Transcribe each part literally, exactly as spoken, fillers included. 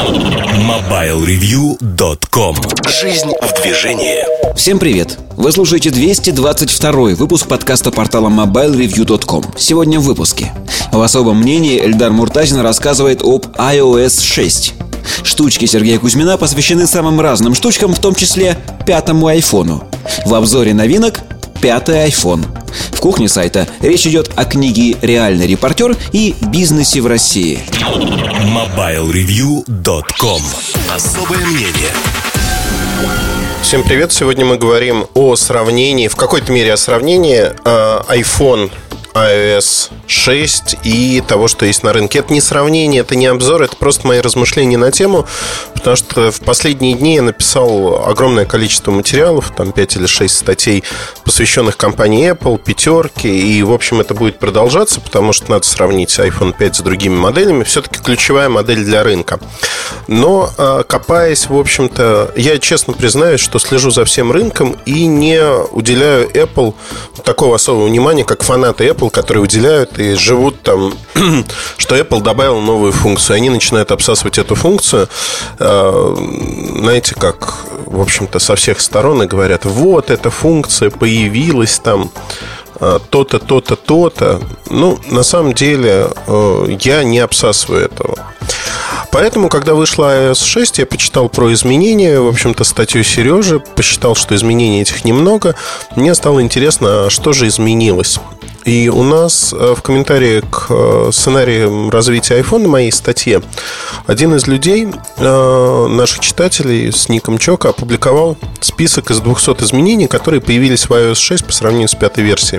мобайл ревью точка ком. Жизнь в движении. Всем привет! Вы слушаете двести двадцать второй выпуск подкаста портала мобайл ревью точка ком. Сегодня в выпуске. В особом мнении Эльдар Муртазин рассказывает об ай о эс шесть. Штучки Сергея Кузьмина посвящены самым разным штучкам, в том числе пятому айфону. В обзоре новинок пятый iPhone. В кухне сайта речь идет о книге «Реальный репортер» и бизнесе в России. мобайл ревью точка ком. Особое мнение. Всем привет! Сегодня мы говорим о сравнении, в какой-то мере о сравнении э, iPhone ай о эс шесть и того, что есть на рынке. Это не сравнение, это не обзор, это просто мои размышления на тему, потому что в последние дни я написал огромное количество материалов, там пять или шесть статей, посвященных компании Apple, пятерке, и, в общем, это будет продолжаться, потому что надо сравнить айфон пять с другими моделями. Все-таки ключевая модель для рынка. Но, копаясь, в общем-то, я честно признаюсь, что слежу за всем рынком и не уделяю Apple такого особого внимания, как фанаты Apple, которые уделяют и живут там, что Apple добавил новую функцию. Они начинают обсасывать эту функцию, знаете, как, в общем-то, со всех сторон, и говорят: вот эта функция появилась там, то-то, то-то, то-то. Ну, на самом деле, я не обсасываю этого. Поэтому, когда вышла ай о эс шесть, я почитал про изменения, в общем-то, статью Сережи, посчитал, что изменений этих немного. Мне стало интересно, что же изменилось. И у нас в комментарии к сценарию развития iPhone, моей статье, один из людей, наших читателей с ником Чока, опубликовал список из двухсот изменений, которые появились в ай о эс шесть по сравнению с пятой версией.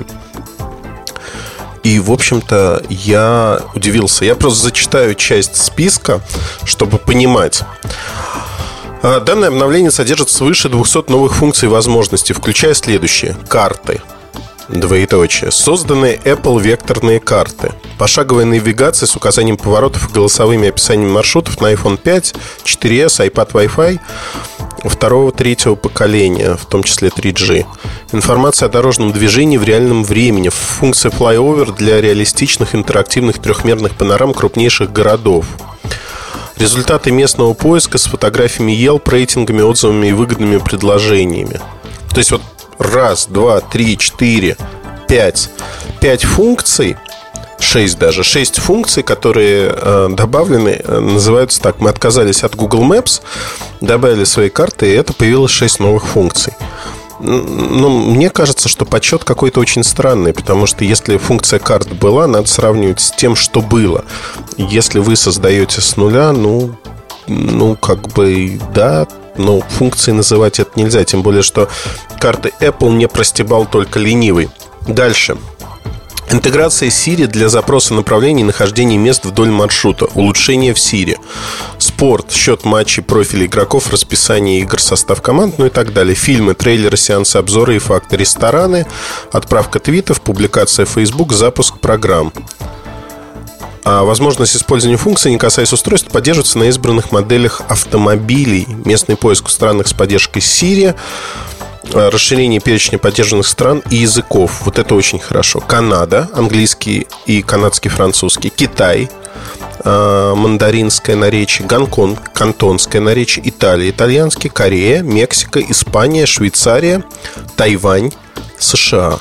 И, в общем-то, я удивился. Я просто зачитаю часть списка, чтобы понимать. Данное обновление содержит свыше двухсот новых функций и возможностей, включая следующие: карты, двоеточие, созданные Apple векторные карты, пошаговая навигация с указанием поворотов и голосовыми описаниями маршрутов на iPhone пять, четыре эс, iPad Wi-Fi второго, третьего поколения, в том числе три джи. Информация о дорожном движении в реальном времени, функция Flyover для реалистичных интерактивных трехмерных панорам крупнейших городов, результаты местного поиска с фотографиями Yelp, рейтингами, отзывами и выгодными предложениями. То есть вот раз, два, три, четыре, пять. Пять функций, шесть даже, шесть функций, которые э, добавлены, э, называются так: мы отказались от Google Maps, добавили свои карты, и это появилось шесть новых функций. Но мне кажется, что подсчет какой-то очень странный, потому что если функция карт была, надо сравнивать с тем, что было. Если вы создаете с нуля, ну, ну как бы, да, но функции называть это нельзя. Тем более, что карты Apple не простебал только ленивый. Дальше. Интеграция Siri для запроса направлений и нахождения мест вдоль маршрута. Улучшение в Siri. Спорт, счет матчей, профили игроков, расписание игр, состав команд, ну и так далее. Фильмы, трейлеры, сеансы, обзоры и факты. Рестораны, отправка твитов, публикация в Facebook, запуск программ. А возможность использования функций, не касаясь устройств, поддерживается на избранных моделях автомобилей. Местный поиск в странах с поддержкой Siri. Расширение перечня поддержанных стран и языков. Вот это очень хорошо. Канада, английский и канадский французский. Китай, мандаринское наречие. Гонконг, кантонское наречие. Италия, итальянский. Корея, Мексика, Испания, Швейцария, Тайвань, США.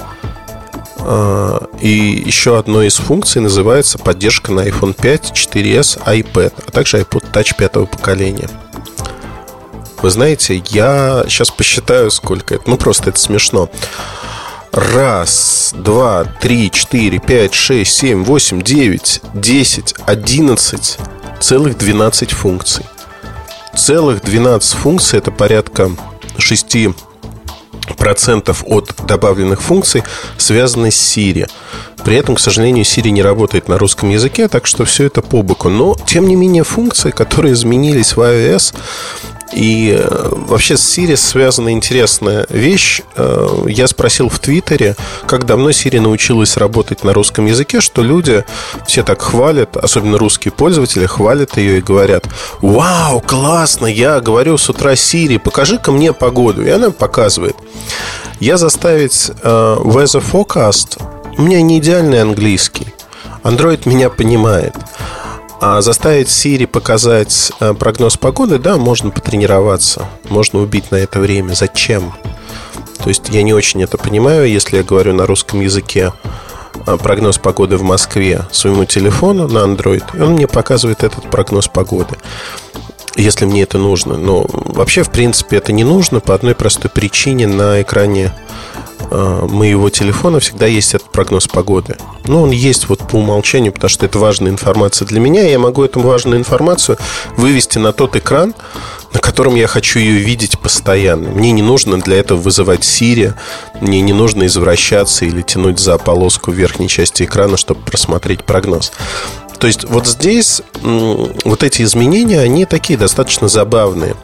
И еще одной из функций называется поддержка на iPhone пять, четыре эс, iPad, а также iPod Touch пятого поколения. Вы знаете, я сейчас посчитаю, сколько это. Ну, просто это смешно. Раз, два, три, четыре, пять, шесть, семь, восемь, девять, десять, одиннадцать, целых двенадцать функций. Целых двенадцать функций. Это порядка шесть процентов от добавленных функций связаны с Siri. При этом, к сожалению, Siri не работает на русском языке, так что все это по боку. Но, тем не менее, функции, которые изменились в ай о эс, и вообще с Siri связана интересная вещь. Я спросил в Твиттере, как давно Siri научилась работать на русском языке, что люди все так хвалят, особенно русские пользователи, хвалят ее и говорят: вау, классно, я говорю с утра: Siri, покажи-ка мне погоду. И она показывает. Я заставить uh, Weather Forecast, у меня не идеальный английский, Android меня понимает. А заставить Siri показать прогноз погоды, да, можно потренироваться. Можно убить на это время. Зачем? То есть я не очень это понимаю, если я говорю на русском языке прогноз погоды в Москве своему телефону на Android, и он мне показывает этот прогноз погоды, если мне это нужно. Но вообще, в принципе, это не нужно по одной простой причине. На экране э, моего телефона всегда есть этот прогноз погоды. Ну, он есть вот по умолчанию, потому что это важная информация для меня, и я могу эту важную информацию вывести на тот экран, на котором я хочу ее видеть постоянно. Мне не нужно для этого вызывать Siri, мне не нужно извращаться или тянуть за полоску в верхней части экрана, чтобы просмотреть прогноз. То есть вот здесь вот эти изменения, они такие достаточно забавные.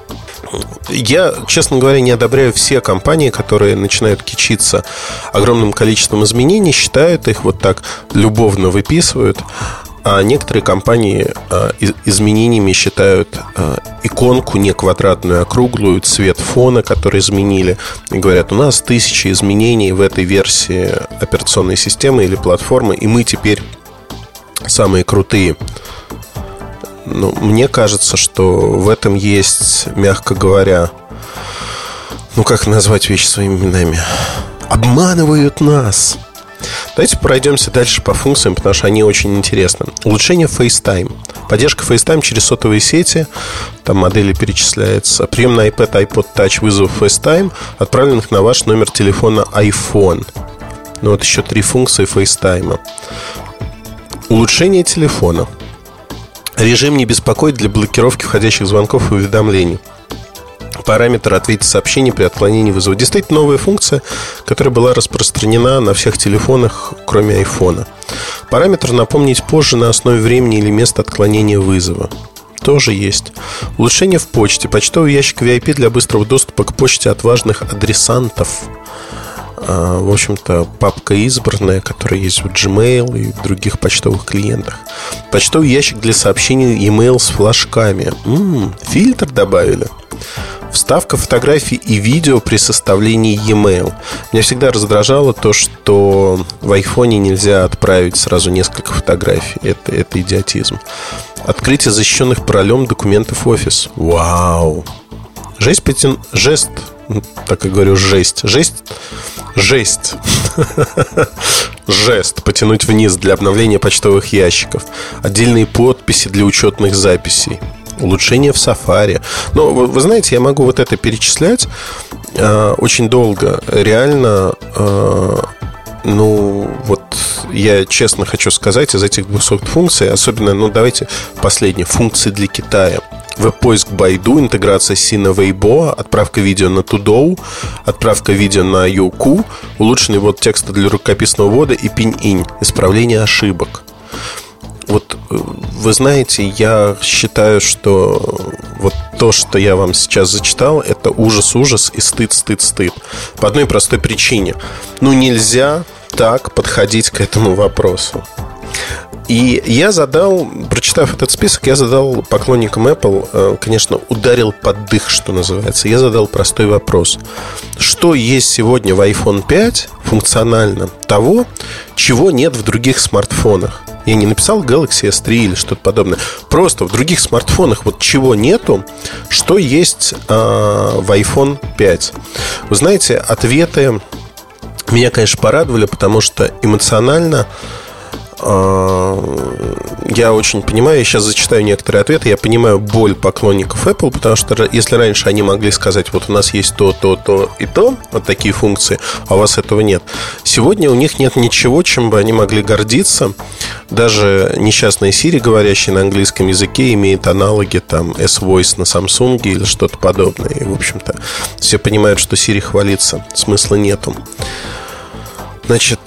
Я, честно говоря, не одобряю все компании, которые начинают кичиться огромным количеством изменений, считают их вот так, любовно выписывают. А некоторые компании а, изменениями считают а, иконку не квадратную, а круглую, цвет фона, который изменили. И говорят, у нас тысячи изменений в этой версии операционной системы или платформы, и мы теперь самые крутые. Но мне кажется, что в этом есть, мягко говоря, ну как назвать вещи своими именами? Обманывают нас. Давайте пройдемся дальше по функциям, потому что они очень интересны. Улучшение FaceTime. Поддержка FaceTime через сотовые сети. Там модели перечисляются. Прием на iPad, iPod Touch вызовов FaceTime, отправленных на ваш номер телефона iPhone. Ну вот еще три функции FaceTime. Улучшение телефона. Режим не беспокоить для блокировки входящих звонков и уведомлений. Параметр «Ответить сообщение при отклонении вызова». Действительно новая функция, которая была распространена на всех телефонах, кроме айфона. Параметр «Напомнить позже» на основе времени или места отклонения вызова. Тоже есть. Улучшение в почте. Почтовый ящик ви ай пи для быстрого доступа к почте от важных адресантов. В общем-то, папка избранная, которая есть в Gmail и в других почтовых клиентах. Почтовый ящик для сообщений e-mail с флажками. М-м, фильтр добавили. Вставка фотографий и видео при составлении e-mail. Меня всегда раздражало то, что в айфоне нельзя отправить сразу несколько фотографий. Это, это идиотизм. Открытие защищенных паролем документов офис. Вау. Жесть, потян... Жест. Так и говорю, жесть. Жесть. Жесть. Жест. Потянуть вниз для обновления почтовых ящиков. Отдельные подписи для учетных записей. Улучшение в Safari. Но вы, вы знаете, я могу вот это перечислять э, очень долго. Реально, э, ну, вот я честно хочу сказать, из этих двухсот функций, особенно, ну, давайте последние функции для Китая. Веб-поиск Baidu, интеграция с Sina Weibo, отправка видео на Tudou, отправка видео на Youku, улучшенный ввод текста для рукописного ввода и Pinyin, исправление ошибок. Вот вы знаете, я считаю, что вот то, что я вам сейчас зачитал, это ужас-ужас и стыд-стыд-стыд. По одной простой причине. Ну, нельзя так подходить к этому вопросу. И я задал, прочитав этот список, я задал поклонникам Apple, конечно, ударил под дых, что называется. Я задал простой вопрос. Что есть сегодня в айфон пять функционально того, чего нет в других смартфонах? Я не написал Galaxy эс три или что-то подобное. Просто в других смартфонах вот чего нету, что есть э, в айфон пять. Вы знаете, ответы меня, конечно, порадовали, потому что эмоционально я очень понимаю, я сейчас зачитаю некоторые ответы. Я понимаю боль поклонников Apple, потому что если раньше они могли сказать, вот у нас есть то, то, то и то, вот такие функции, а у вас этого нет. Сегодня у них нет ничего, чем бы они могли гордиться. Даже несчастная Siri, говорящая на английском языке, имеет аналоги там S-Voice на Samsung или что-то подобное. И, в общем-то, все понимают, что Siri хвалится, смысла нету. Значит,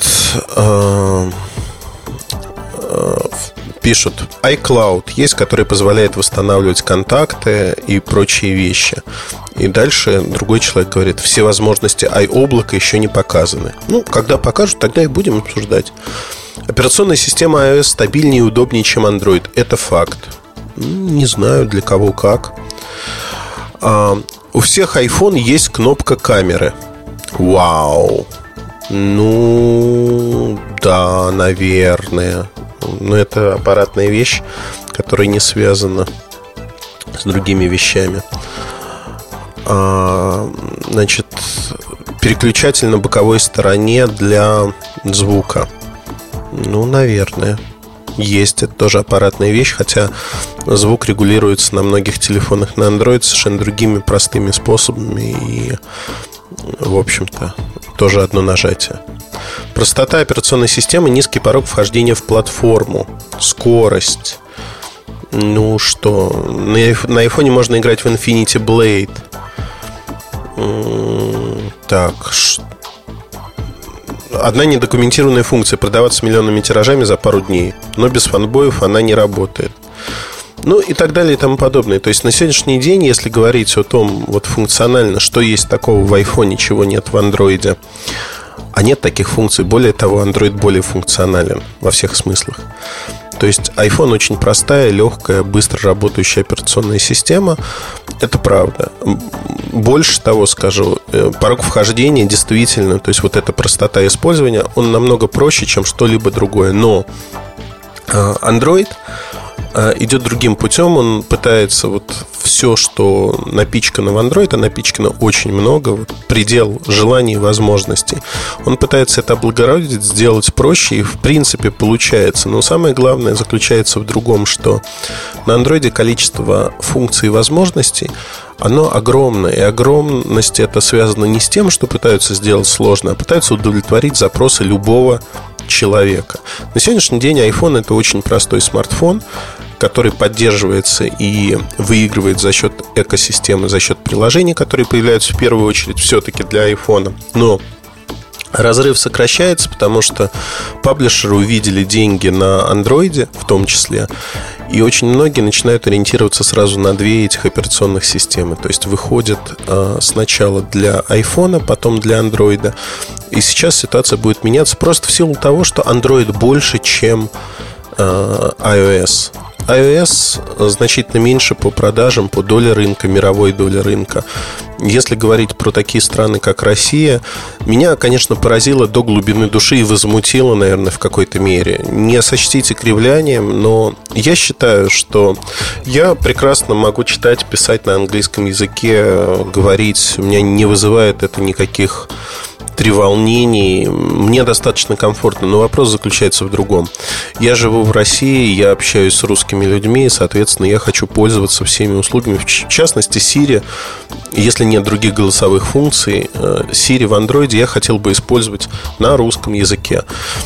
пишут, iCloud есть, который позволяет восстанавливать контакты и прочие вещи. И дальше другой человек говорит, все возможности iOблака еще не показаны. Ну, когда покажут, тогда и будем обсуждать. Операционная система iOS стабильнее и удобнее, чем Android. Это факт. Не знаю, для кого как. а, У всех iPhone есть кнопка камеры. Вау. Ну, да, наверное. Но это аппаратная вещь, которая не связана с другими вещами. А, значит, переключатель на боковой стороне для звука. Ну, наверное, есть. Это тоже аппаратная вещь, хотя звук регулируется на многих телефонах на Android совершенно другими простыми способами. И, в общем-то, тоже одно нажатие. Простота операционной системы, низкий порог вхождения в платформу, скорость. Ну что, на айфоне можно играть в Infinity Blade. Так, одна недокументированная функция — продаваться миллионными тиражами за пару дней, но без фанбоев она не работает. Ну и так далее и тому подобное. То есть на сегодняшний день, если говорить о том вот функционально, что есть такого в айфоне, чего нет в андроиде, а нет таких функций. Более того, Android более функционален во всех смыслах. То есть iPhone очень простая, легкая, быстро работающая операционная система. Это правда. Больше того скажу, порог вхождения действительно, то есть вот эта простота использования, он намного проще, чем что-либо другое. Но Android идет другим путем. Он пытается вот все, что напичкано в Android, а напичкано очень много, вот предел желаний и возможностей. Он пытается это облагородить, сделать проще, и в принципе получается. Но самое главное заключается в другом, что на Android количество функций и возможностей, оно огромное. И огромность это связано не с тем, что пытаются сделать сложно, а пытаются удовлетворить запросы любого человека. На сегодняшний день iPhone — это очень простой смартфон, который поддерживается и выигрывает за счет экосистемы, за счет приложений, которые появляются в первую очередь все-таки для iPhone. Но разрыв сокращается, потому что паблишеры увидели деньги на Android в том числе, и очень многие начинают ориентироваться сразу на две этих операционных системы. То есть выходят э, сначала для iPhone, потом для Android. И сейчас ситуация будет меняться просто в силу того, что Android больше, чем э, iOS. iOS значительно меньше по продажам, по доле рынка, мировой доле рынка. Если говорить про такие страны, как Россия, меня, конечно, поразило до глубины души и возмутило, наверное, в какой-то мере. Не сочтите кривлянием, но я считаю, что я прекрасно могу читать, писать на английском языке, говорить. У меня не вызывает это никаких треволнений. Мне достаточно комфортно, но вопрос заключается в другом. Я живу в России, я общаюсь с русскими людьми, и, соответственно, я хочу пользоваться всеми услугами. В частности, Siri, если нет других голосовых функций, Siri в Android я хотел бы использовать на русском языке.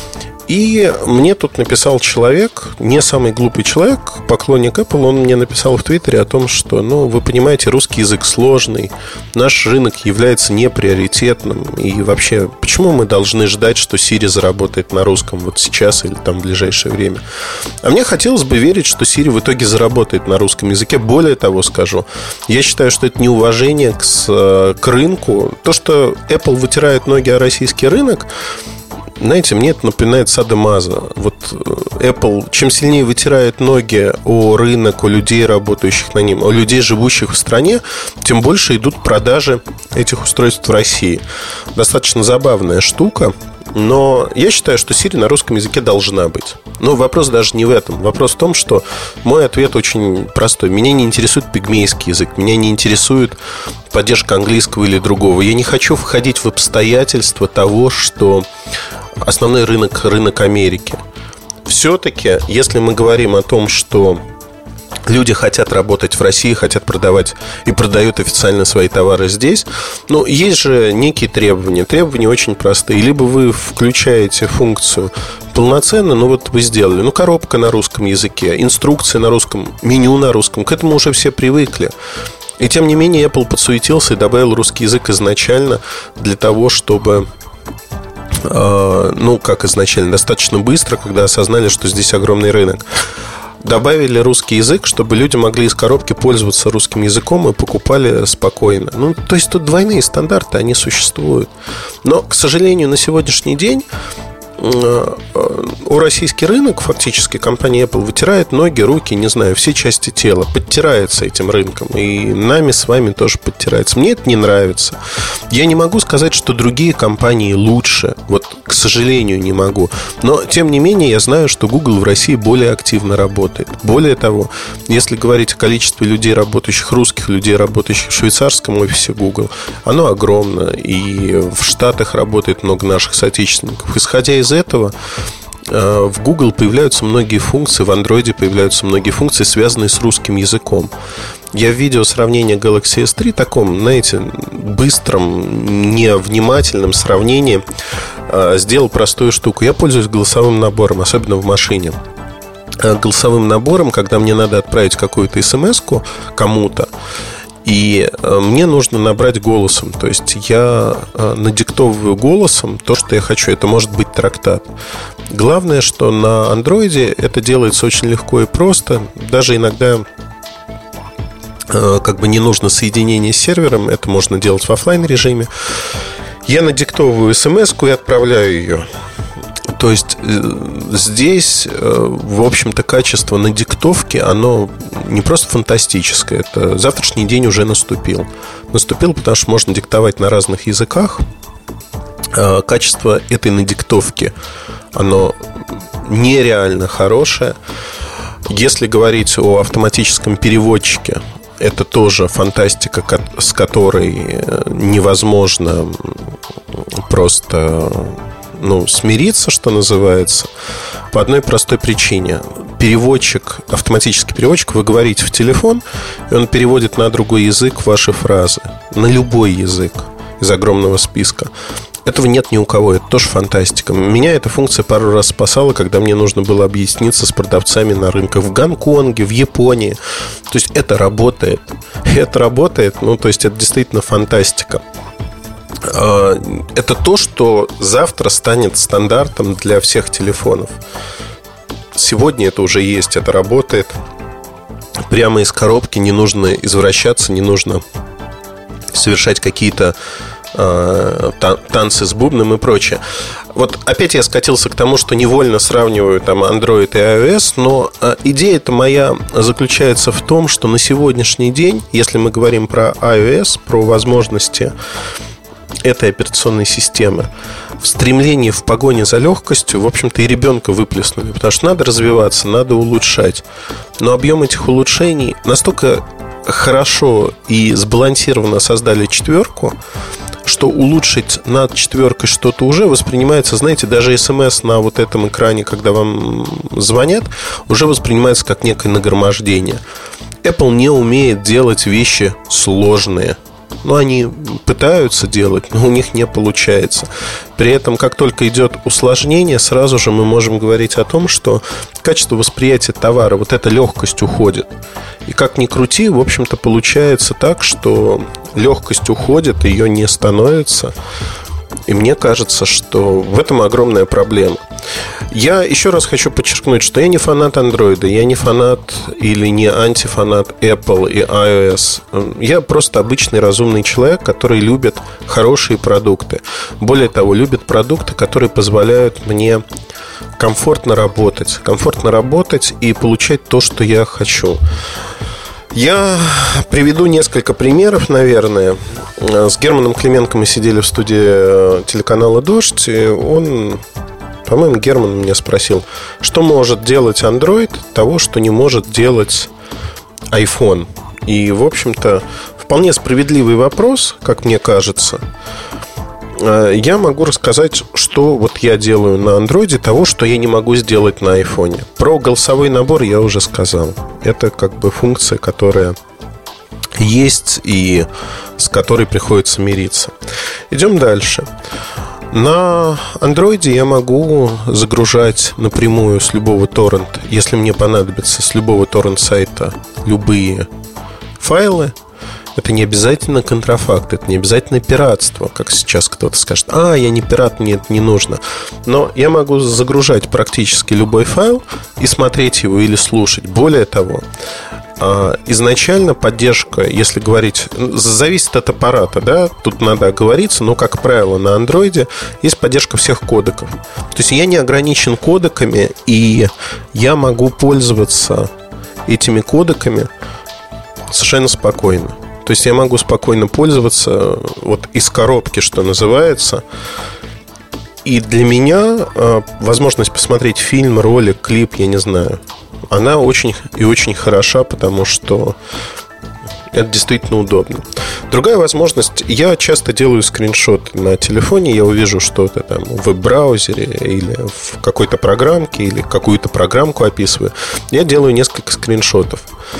И мне тут написал человек, не самый глупый человек, поклонник Apple. Он мне написал в Твиттере о том, что, ну, вы понимаете, русский язык сложный, наш рынок является неприоритетным. И вообще, почему мы должны ждать, что Siri заработает на русском вот сейчас или там в ближайшее время? А мне хотелось бы верить, что Siri в итоге заработает на русском языке. Более того скажу, я считаю, что это неуважение к, к рынку. То, что Apple вытирает ноги о российский рынок, знаете, мне это напоминает садомазо. Вот Apple чем сильнее вытирает ноги о рынок, о людей, работающих на нем, о людей, живущих в стране, тем больше идут продажи этих устройств в России. Достаточно забавная штука. Но я считаю, что Siri на русском языке должна быть. Но вопрос даже не в этом. Вопрос в том, что мой ответ очень простой. Меня не интересует пигмейский язык. Меня не интересует поддержка английского или другого. Я не хочу входить в обстоятельства того, что основной рынок – рынок Америки. Все-таки, если мы говорим о том, что люди хотят работать в России, хотят продавать и продают официально свои товары здесь, но есть же некие требования. Требования очень простые. Либо вы включаете функцию полноценно, ну вот вы сделали, ну коробка на русском языке, инструкция на русском, меню на русском. К этому уже все привыкли. И тем не менее Apple подсуетился и добавил русский язык изначально для того, чтобы... Ну, как изначально, достаточно быстро, когда осознали, что здесь огромный рынок, добавили русский язык, чтобы люди могли из коробки пользоваться русским языком и покупали спокойно. Ну, то есть тут двойные стандарты, они существуют. Но, к сожалению, на сегодняшний день у российский рынок фактически компания Apple вытирает ноги, руки, не знаю, все части тела, подтирается этим рынком. И нами с вами тоже подтирается. Мне это не нравится. Я не могу сказать, что другие компании лучше. Вот, к сожалению, не могу. Но, тем не менее, я знаю, что Google в России более активно работает. Более того, если говорить о количестве людей, работающих, русских людей, работающих в швейцарском офисе Google, оно огромно. И в Штатах работает много наших соотечественников. Исходя из этого, в Google появляются многие функции, в Android появляются многие функции, связанные с русским языком. Я в видео сравнения Galaxy эс три, таком, знаете, быстром, невнимательном сравнении, сделал простую штуку. Я пользуюсь голосовым набором, особенно в машине. Голосовым набором, когда мне надо отправить какую-то смс-ку кому-то, и мне нужно набрать голосом. То есть я надиктовываю голосом то, что я хочу. Это может быть трактат. Главное, что на Android это делается очень легко и просто. Даже иногда как бы не нужно соединение с сервером. Это можно делать в офлайн режиме. Я надиктовываю смс-ку и отправляю ее. То есть здесь, в общем-то, качество надиктовки, оно не просто фантастическое. Это завтрашний день уже наступил. Наступил, потому что можно диктовать на разных языках. Качество этой надиктовки, оно нереально хорошее. Если говорить о автоматическом переводчике, это тоже фантастика, с которой невозможно просто... Ну, смириться, что называется, по одной простой причине. Переводчик, автоматический переводчик, вы говорите в телефон, и он переводит на другой язык ваши фразы. На любой язык из огромного списка. Этого нет ни у кого, это тоже фантастика. Меня эта функция пару раз спасала, когда мне нужно было объясниться с продавцами на рынках в Гонконге, в Японии. То есть это работает. Это работает, ну, то есть это действительно фантастика. Это то, что завтра станет стандартом для всех телефонов. Сегодня это уже есть, это работает. Прямо из коробки, не нужно извращаться, не нужно совершать какие-то э, танцы с бубном и прочее. Вот опять я скатился к тому, что невольно сравниваю там Android и iOS, но идея-то моя заключается в том, что на сегодняшний день, если мы говорим про iOS, про возможности этой операционной системы, в стремлении, в погоне за легкостью, в общем-то, и ребенка выплеснули. Потому что надо развиваться, надо улучшать. Но объем этих улучшений настолько хорошо и сбалансированно создали четверку, что улучшить над четверкой что-то уже воспринимается, знаете, даже смс на вот этом экране, когда вам звонят, уже воспринимается как некое нагромождение. Apple не умеет делать вещи сложные. Ну, они пытаются делать, но у них не получается. При этом, как только идет усложнение, сразу же мы можем говорить о том, что качество восприятия товара, вот эта легкость уходит. И как ни крути, в общем-то, получается так, что легкость уходит, ее не становится. И мне кажется, что в этом огромная проблема. Я еще раз хочу подчеркнуть, что я не фанат Android, я не фанат или не антифанат Apple и iOS. Я просто обычный разумный человек, который любит хорошие продукты. Более того, любит продукты, которые позволяют мне комфортно работать. Комфортно работать и получать то, что я хочу. Я приведу несколько примеров, наверное. С Германом Клименко мы сидели в студии телеканала «Дождь», и он, по-моему, Герман меня спросил, что может делать Android того, что не может делать iPhone. И, в общем-то, вполне справедливый вопрос, как мне кажется. Я могу рассказать, что вот я делаю на Android того, что я не могу сделать на iPhone. Про голосовой набор я уже сказал. Это как бы функция, которая есть и с которой приходится мириться. Идем дальше. На Android я могу загружать напрямую с любого торрента, если мне понадобится, с любого торрент-сайта любые файлы. Это не обязательно контрафакт, это не обязательно пиратство, как сейчас кто-то скажет: а, я не пират, мне это не нужно. Но я могу загружать практически любой файл и смотреть его или слушать. Более того, изначально поддержка, если говорить, зависит от аппарата, да, тут надо оговориться, но, как правило, на Android есть поддержка всех кодеков. То есть я не ограничен кодеками, и я могу пользоваться этими кодеками совершенно спокойно. То есть я могу спокойно пользоваться вот из коробки, что называется. И для меня возможность посмотреть фильм, ролик, клип, я не знаю, она очень и очень хороша, потому что это действительно удобно. Другая возможность, я часто делаю скриншоты на телефоне, я увижу что-то там в веб-браузере или в какой-то программке, или какую-то программку описываю. Я делаю несколько скриншотов.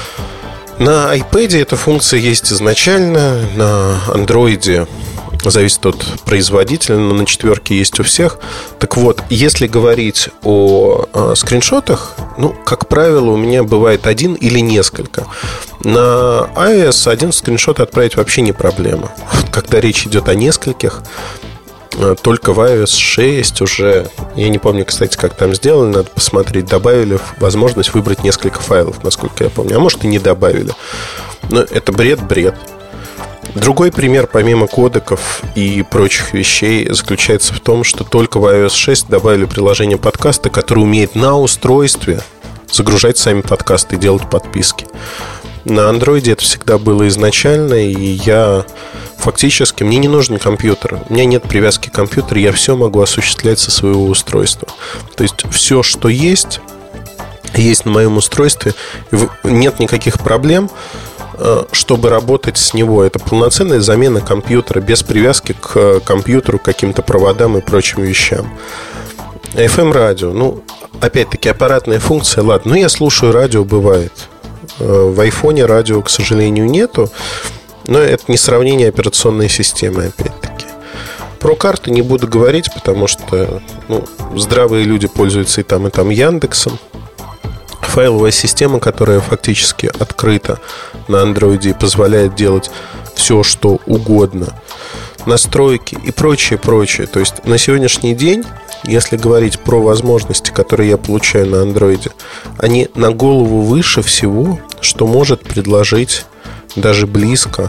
На iPad эта функция есть изначально, на Android зависит от производителя, но на четверке есть у всех. Так вот, если говорить о, о скриншотах, ну, как правило, у меня бывает один или несколько. На iOS один скриншот отправить вообще не проблема. Когда речь идет о нескольких, только в iOS шесть уже, я не помню, кстати, как там сделали, надо посмотреть, добавили возможность выбрать несколько файлов, насколько я помню. А может, и не добавили. Но это бред-бред. Другой пример, помимо кодеков и прочих вещей, заключается в том, что только в iOS шесть добавили приложение подкасты, которое умеет на устройстве загружать сами подкасты и делать подписки. На Android это всегда было изначально, и я фактически, мне не нужен компьютер. У меня нет привязки к компьютеру, я все могу осуществлять со своего устройства. То есть все, что есть, есть на моем устройстве, нет никаких проблем, чтобы работать с него. Это полноценная замена компьютера без привязки к компьютеру, к каким-то проводам и прочим вещам. эф эм-радио, ну, опять-таки, аппаратная функция, ладно. Но я слушаю радио, бывает. В айфоне радио, к сожалению, нету. Но это не сравнение операционной системы, опять-таки. Про карты не буду говорить, потому что ну, здравые люди пользуются и там, и там Яндексом. Файловая система, которая фактически открыта на Android и позволяет делать все, что угодно. Настройки и прочее, прочее. То есть на сегодняшний день, если говорить про возможности, которые я получаю на Android, они на голову выше всего, что может предложить даже близко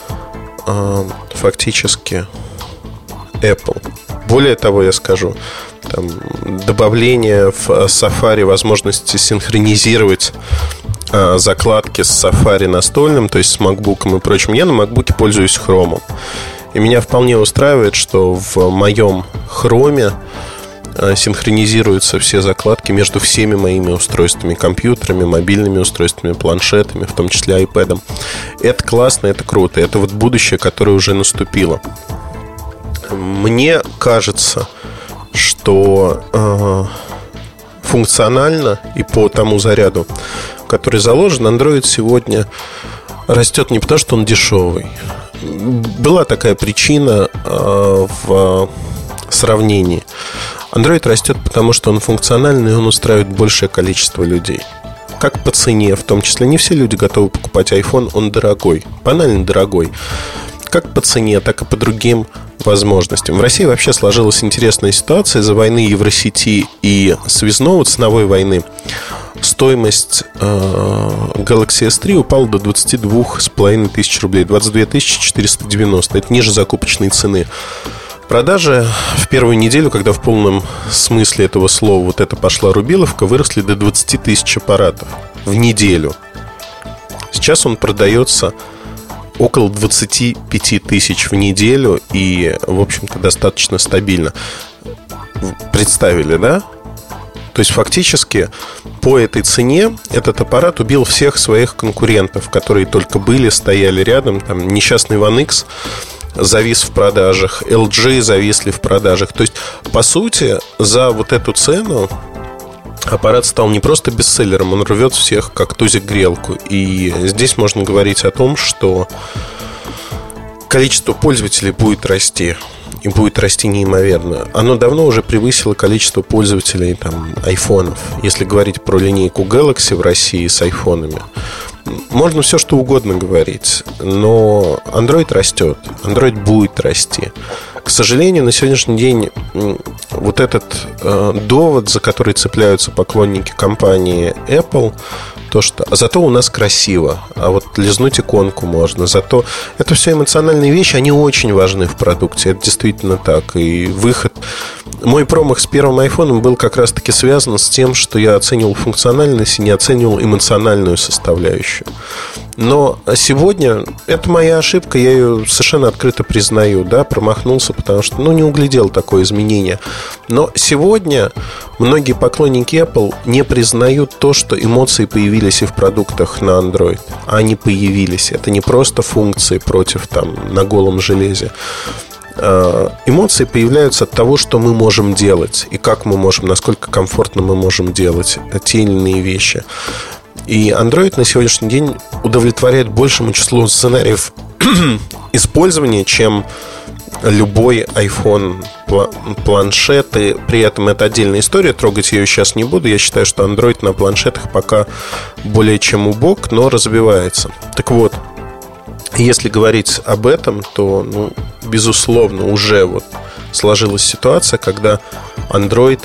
э, фактически Apple. Более того, я скажу, там, добавление в Safari возможности синхронизировать э, закладки с Safari настольным, то есть с MacBook и прочим. Я на MacBook пользуюсь Chrome. И меня вполне устраивает, что в моем Chrome э, синхронизируются все закладки между всеми моими устройствами, компьютерами, мобильными устройствами, планшетами, в том числе iPad. Это классно, это круто. Это вот будущее, которое уже наступило. Мне кажется, что э, функционально и по тому заряду, который заложен, Android сегодня растет не потому, что он дешевый. Была такая причина э, в сравнении. Android растет потому, что он функциональный, и он устраивает большее количество людей. Как по цене, в том числе. Не все люди готовы покупать iPhone, он дорогой, банально дорогой. Как по цене, так и по другим возможностям. В России вообще сложилась интересная ситуация. Из-за войны Евросети и связного ценовой войны стоимость э, Galaxy эс три упала до двадцать два с половиной тысяч рублей, двадцать две тысячи четыреста девяносто. Это ниже закупочной цены. Продажи в первую неделю, когда в полном смысле этого слова вот это пошла рубиловка, выросли до двадцать тысяч аппаратов в неделю. Сейчас он продается около двадцать пять тысяч в неделю и, в общем-то, достаточно стабильно. Представили, да? То есть, фактически, по этой цене этот аппарат убил всех своих конкурентов, которые только были, стояли рядом. Там несчастный One X завис в продажах, эл джи зависли в продажах. То есть, по сути, за вот эту цену аппарат стал не просто бестселлером, он рвет всех, как тузик грелку. И здесь можно говорить о том, что количество пользователей будет расти. И будет расти неимоверно. Оно давно уже превысило количество пользователей там, айфонов. Если говорить про линейку Galaxy в России с айфонами, можно все что угодно говорить. Но Android растет, Android будет расти. К сожалению, на сегодняшний день вот этот э, довод, за который цепляются поклонники компании Apple, то, что зато у нас красиво, а вот лизнуть иконку можно. Зато это все эмоциональные вещи, они очень важны в продукте. Это действительно так. И выход... Мой промах с первым айфоном был как раз-таки связан с тем, что я оценивал функциональность и не оценивал эмоциональную составляющую. Но сегодня это моя ошибка, я ее совершенно открыто признаю, да, промахнулся, потому что, ну, не углядел такое изменение. Но сегодня многие поклонники Apple не признают то, что эмоции появились и в продуктах на Android. Они появились. Это не просто функции против там на голом железе. Эмоции появляются от того, что мы можем делать и как мы можем, насколько комфортно мы можем делать те или иные вещи. И Android на сегодняшний день удовлетворяет большему числу сценариев использования, чем любой iPhone, планшет. И при этом это отдельная история, трогать ее сейчас не буду. Я считаю, что Android на планшетах пока более чем убог, но развивается. Так вот, если говорить об этом, то, ну, безусловно, уже вот сложилась ситуация, когда Android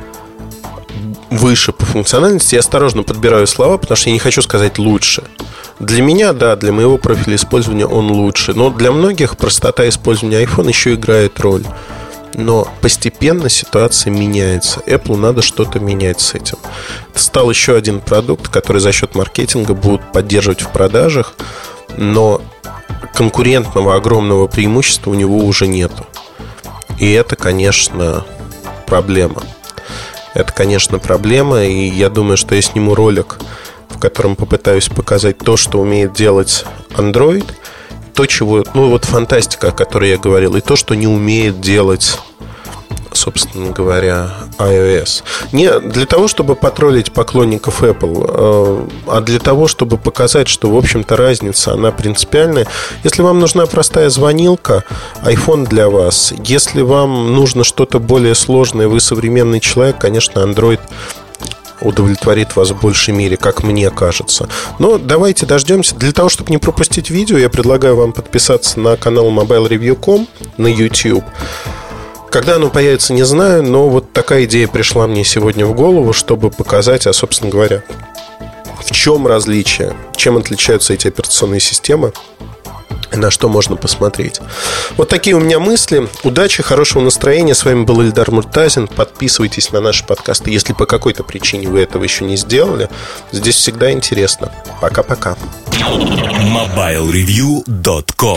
выше по функциональности. Я осторожно подбираю слова, потому что я не хочу сказать лучше. Для меня, да, для моего профиля использования он лучше. Но для многих простота использования iPhone еще играет роль. Но постепенно ситуация меняется. Apple надо что-то менять с этим. Это стал еще один продукт, который за счет маркетинга будут поддерживать в продажах. Но конкурентного огромного преимущества у него уже нету. И это, конечно, проблема. Это, конечно, проблема. И я думаю, что я сниму ролик, в котором попытаюсь показать то, что умеет делать Android, то, чего, ну вот фантастика, о которой я говорил, и то, что не умеет делать, собственно говоря, iOS. Не для того, чтобы потроллить поклонников Apple, а для того, чтобы показать, что, в общем-то, разница, она принципиальная. Если вам нужна простая звонилка, iPhone для вас. Если вам нужно что-то более сложное, вы современный человек, конечно, Android удовлетворит вас в большей мере, как мне кажется. Но давайте дождемся. Для того, чтобы не пропустить видео, я предлагаю вам подписаться на канал мобайл ревью точка ком на YouTube. Когда оно появится, не знаю, но вот такая идея пришла мне сегодня в голову, чтобы показать, а, собственно говоря, в чем различие, чем отличаются эти операционные системы, на что можно посмотреть. Вот такие у меня мысли. Удачи, хорошего настроения. С вами был Эльдар Муртазин. Подписывайтесь на наши подкасты, если по какой-то причине вы этого еще не сделали. Здесь всегда интересно. Пока-пока. мобайл ревью точка ком